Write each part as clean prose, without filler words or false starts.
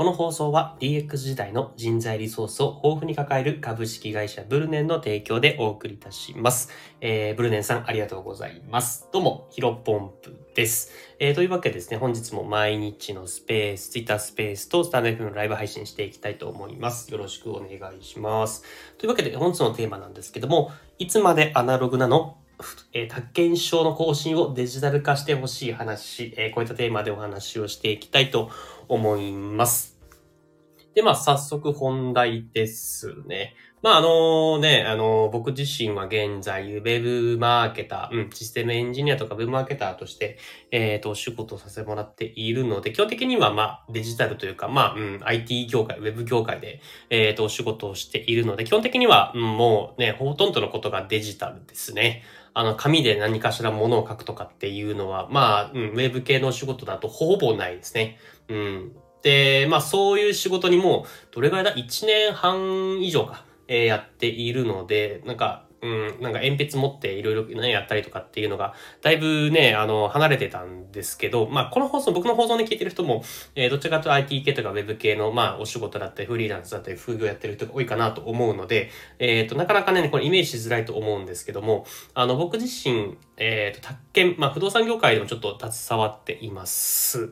この放送は DX 時代の人材リソースを豊富に抱える株式会社ブルネンの提供でお送りいたします。ブルネンさんありがとうございます。どうも、ヒロポンプです。というわけでですね、本日も毎日のスペース、Twitter スペースとスタンド FM のライブ配信していきたいと思います。よろしくお願いします。というわけで本日のテーマなんですけども、いつまでアナログなの？宅建証の更新をデジタル化してほしい話、こういったテーマでお話をしていきたいと思います。で、早速本題ですね。僕自身は現在、ウェブマーケター、システムエンジニアとかウェブマーケターとして、お仕事をさせてもらっているので、基本的にはデジタルというか、IT 業界、ウェブ業界で、お仕事をしているので、基本的には、もうね、ほとんどのことがデジタルですね。紙で何かしら物を書くとかっていうのは、ウェブ系のお仕事だとほぼないですね。で、そういう仕事にもう、どれぐらいだ ?1 年半以上か、やっているので、鉛筆持っていろいろね、やったりとかっていうのが、だいぶね、離れてたんですけど、この放送、僕の放送で聞いてる人も、どちらかというと IT 系とか Web 系の、お仕事だったり、フリーランスだったり、副業やってる人が多いかなと思うので、なかなかね、これイメージしづらいと思うんですけども、僕自身、宅建、不動産業界でもちょっと携わっています。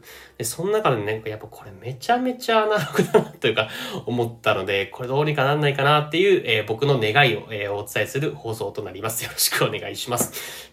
で、その中でね、やっぱこれめちゃめちゃアナログだなというか、思ったので、これどうにかなんないかなっていう、僕の願いを、お伝えする放送となります。よろしくお願いします。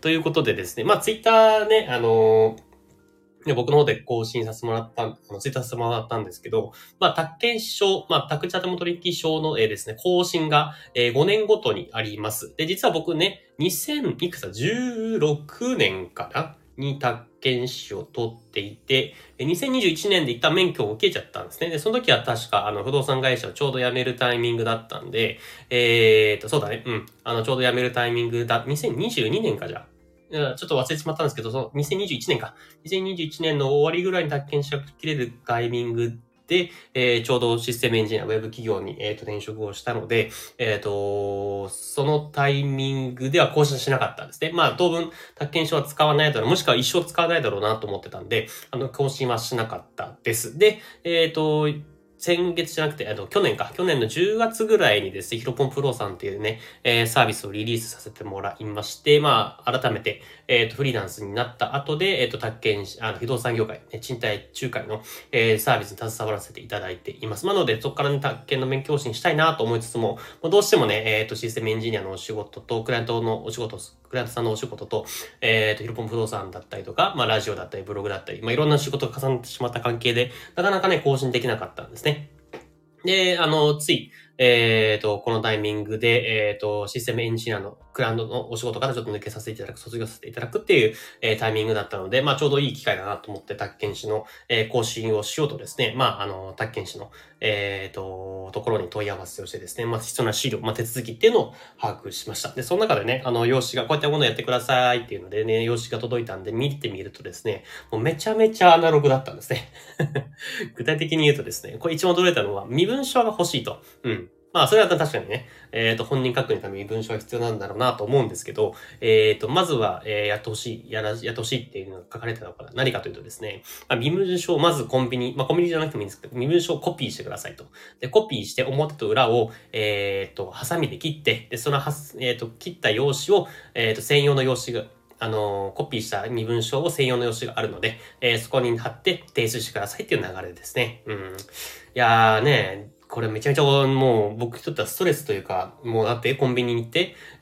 ということでですね、ツイッターね、僕の方で更新させてもらった、ツイッターさせてもらったんですけど、宅建証、宅地建物取引証の、ですね、更新が、5年ごとにあります。で、実は僕ね、2016年かなに宅建士を取っていて、2021年で一旦免許を受けちゃったんですね。で、その時は確か、不動産会社をちょうど辞めるタイミングだったんで、そうだね、ちょうど辞めるタイミングだ、2022年かじゃあ。ちょっと忘れてしまったんですけど、その2021年か。2021年の終わりぐらいに宅建士が切れるタイミングで、ちょうどシステムエンジニア、ウェブ企業に、転職をしたので、そのタイミングでは更新しなかったんですね。当分、宅建証は使わないだろう、もしくは一生使わないだろうなと思ってたんで、更新はしなかったです。で、先月じゃなくて、去年の10月ぐらいにですね、ヒロポンプロさんっていうね、サービスをリリースさせてもらいまして、改めて、フリーランスになった後で、宅建、不動産業界、賃貸仲介の、サービスに携わらせていただいています。なので、そこからね、宅建の勉強しにしたいなと思いつつも、どうしてもね、システムエンジニアのお仕事と、クライアントさんのお仕事と、ヒロポン不動産だったりとか、ラジオだったり、ブログだったり、いろんな仕事が重なってしまった関係で、なかなかね、更新できなかったんですね。で、つい、このタイミングで、システムエンジニアのクライアントのお仕事からちょっと抜けさせていただく、卒業させていただくっていう、タイミングだったので、ちょうどいい機会だなと思って、宅建士の、更新をしようとですね、宅建士の、ところに問い合わせをしてですね、必要な資料、手続きっていうのを把握しました。で、その中でね、用紙がこういったものをやってくださいっていうのでね、用紙が届いたんで見てみるとですね、もうめちゃめちゃアナログだったんですね。具体的に言うとですね、これ一番驚いたのは、身分証が欲しいと。それは確かにね、本人確認のために身分証が必要なんだろうなと思うんですけど、まずは、やってほしいっていうのが書かれてたのかな。何かというとですね、身分証をまずコンビニじゃなくてもいいんですけど、身分証をコピーしてくださいと。で、コピーして表と裏を、ハサミで切って、で、その切った用紙を、専用の用紙が、コピーした身分証を専用の用紙があるので、そこに貼って提出してくださいっていう流れですね。いやーね、これめちゃめちゃもう僕にとってはストレスというか、もうだってコンビニに行って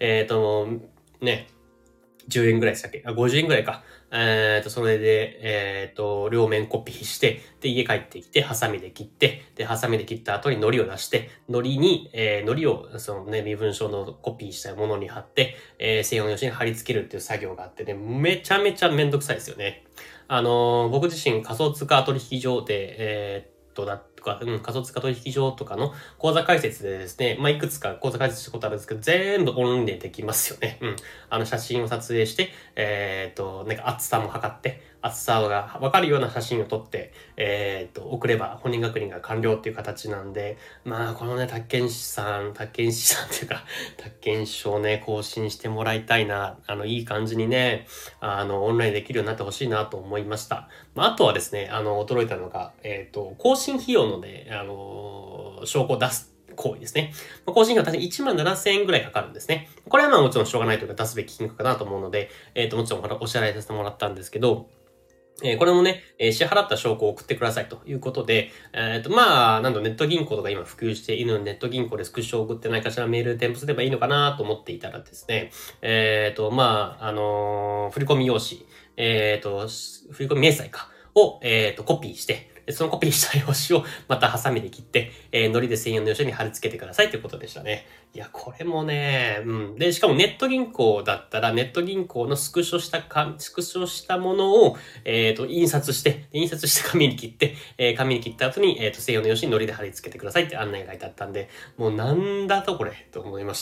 、10円ぐらいでしたっけ50円ぐらいか。それで、両面コピーして、で、家帰ってきて、ハサミで切って、で、ハサミで切った後に糊を出して、糊を、身分証のコピーしたものに貼って、専用の用紙に貼り付けるっていう作業があってね、めちゃめちゃめんどくさいですよね。僕自身仮想通貨取引所で、仮想通貨取引所とかの口座開設でですね、いくつか口座開設したことあるんですけど、全部オンラインでできますよね。写真を撮影して、厚さも測って、厚さがわかるような写真を撮って、送れば本人確認が完了っていう形なんで、このね、宅建士さんっていうか、宅建士をね、更新してもらいたいな、いい感じにね、オンラインできるようになってほしいなと思いました。あとはですね、驚いたのが、更新費用のので、証拠を出す行為ですね。更新費は確かに17,000円ぐらいかかるんですね。これはまあもちろんしょうがないというか出すべき金額かなと思うので、もちろんお支払いさせてもらったんですけど、これもね、支払った証拠を送ってくださいということで、まあ、なんとネット銀行とか今普及しているので、ネット銀行でスクショを送ってないかしらメールで添付すればいいのかなと思っていたらですね、まあ、振込用紙、振込明細か、を、コピーして、そのコピーした用紙をまたハサミで切って、海苔で専用の用紙に貼り付けてくださいということでしたね。いや、これもね、で、しかもネット銀行だったら、ネット銀行のスクショしたものを、印刷した紙に切って、紙に切った後に、専用の用紙に海苔で貼り付けてくださいって案内が書いてあったんで、もうなんだとこれ、と思いました。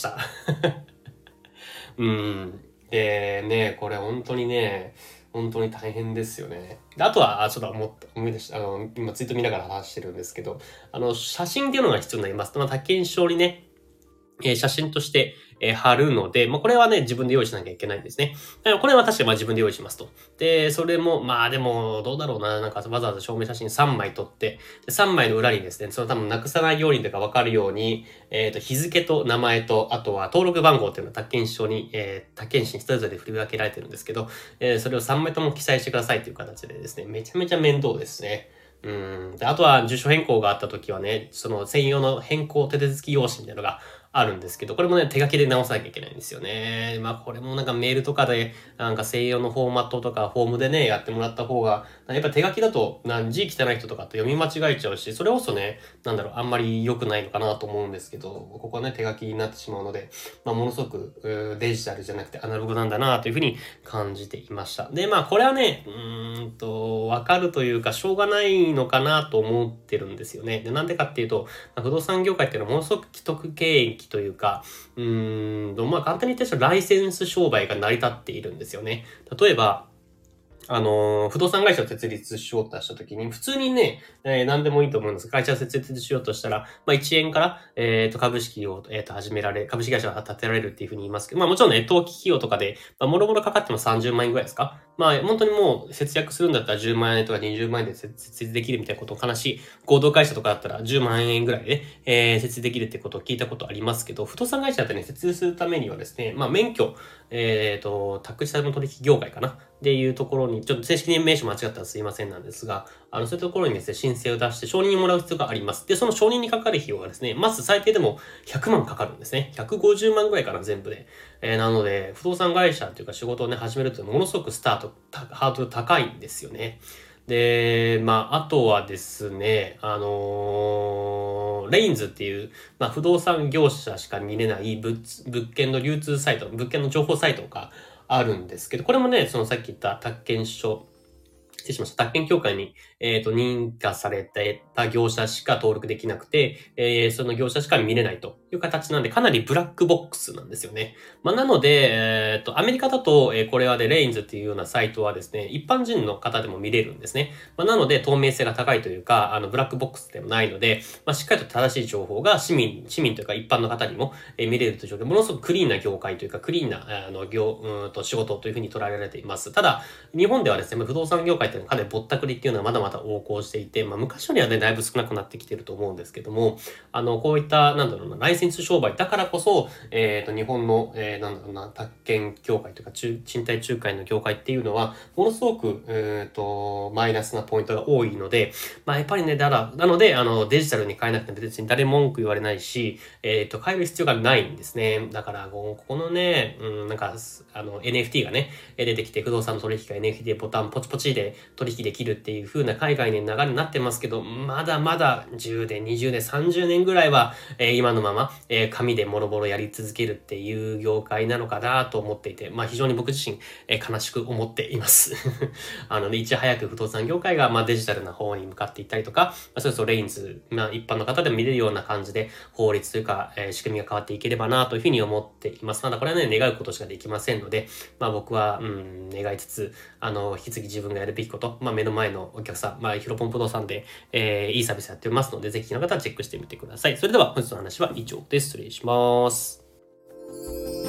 で、ね、これ本当にね、本当に大変ですよね。であとは、ちょっと思い出した。今ツイート見ながら話してるんですけど、写真っていうのが必要になります。他県証にね、写真として、貼るので、これはね、自分で用意しなきゃいけないんですね。だからこれは確かに自分で用意しますと。で、それも、でも、どうだろうな。なんかわざわざ証明写真3枚撮って、3枚の裏にですね、その多分なくさないようにとかわかるように、日付と名前と、あとは登録番号っていうのは宅建証に、宅建士にそれぞれ振り分けられてるんですけど、それを3枚とも記載してくださいという形でですね、めちゃめちゃ面倒ですね。で、あとは住所変更があった時はね、その専用の変更手続き用紙みたいなのがあるんですけど、これもね、手書きで直さなきゃいけないんですよね。これもなんかメールとかで、なんか専用のフォーマットとかフォームでね、やってもらった方が、やっぱ手書きだと、字汚い人とかって読み間違えちゃうし、それこそね、あんまり良くないのかなと思うんですけど、ここはね、手書きになってしまうので、ものすごく、デジタルじゃなくてアナログなんだなというふうに感じていました。で、これはね、わかるというか、しょうがないのかなと思ってるんですよね。で、なんでかっていうと、不動産業界っていうのはものすごく既得権益というか、簡単に言ってライセンス商売が成り立っているんですよね。例えば、不動産会社を設立しようとしたときに、普通にね、何でもいいと思うんですが、会社を設立しようとしたら、1円から、株式を、始められ、株式会社が立てられるっていうふうに言いますけど、もちろんね、登記費用とかで、もろもろかかっても30万円ぐらいですか？本当にもう節約するんだったら10万円とか20万円で設立できるみたいなことを悲しい合同会社とかだったら10万円ぐらいで、設立できるってことを聞いたことありますけど、不動産会社だってね、設立するためにはですね、免許、託児債務取引業界かなっていうところに、ちょっと正式に名称間違ったらすいませんなんですが、そういうところにですね、申請を出して承認をもらう必要があります。で、その承認にかかる費用がですね、まず最低でも100万かかるんですね。150万ぐらいかな、全部で。なので、不動産会社っていうか仕事をね、始めるとものすごくハードル高いんですよね。で、あとはですね、レインズっていう、不動産業者しか見れない物件の流通サイト、物件の情報サイトがあるんですけど、これもね、そのさっき言った宅建証、失礼しました。宅建協会に、認可された業者しか登録できなくて、その業者しか見れないという形なんで、かなりブラックボックスなんですよね。なので、アメリカだと、これはレインズっていうようなサイトはですね、一般人の方でも見れるんですね。なので、透明性が高いというか、ブラックボックスでもないので、しっかりと正しい情報が市民というか一般の方にも、見れるという状況、ものすごくクリーンな業界というか、クリーンな、仕事というふうに捉えられています。ただ、日本ではですね、不動産業界っていうのはかなりぼったくりっていうのはまだまだ横行していて、昔よりはね、だいぶ少なくなってきてると思うんですけども、こういった、ライセンス商売だからこそ、日本の、宅建業界というか、賃貸仲介の業界っていうのは、ものすごく、マイナスなポイントが多いので、やっぱりね、なので、デジタルに変えなくても別に誰も文句言われないし、変える必要がないんですね。だから、ここのね、NFT がね、出てきて、不動産の取引が NFT でボタンポチポチで取引できるっていう風な海外の流れになってますけど、まだまだ10年、20年、30年ぐらいは、今のまま、紙でもろもろやり続けるっていう業界なのかなと思っていて、非常に僕自身、悲しく思っています。いち早く不動産業界が、デジタルな方に向かっていったりとか、それこそレインズ、一般の方でも見れるような感じで、法律というか、仕組みが変わっていければなというふうに思っています。ただこれはね、願うことしかできませんので、僕は、願いつつ、引き継ぎ自分がやるべきこと、目の前のお客さん、ヒロポン不動産で、いいサービスやってますので、ぜひの方はチェックしてみてください。それでは本日の話は以上です。失礼します。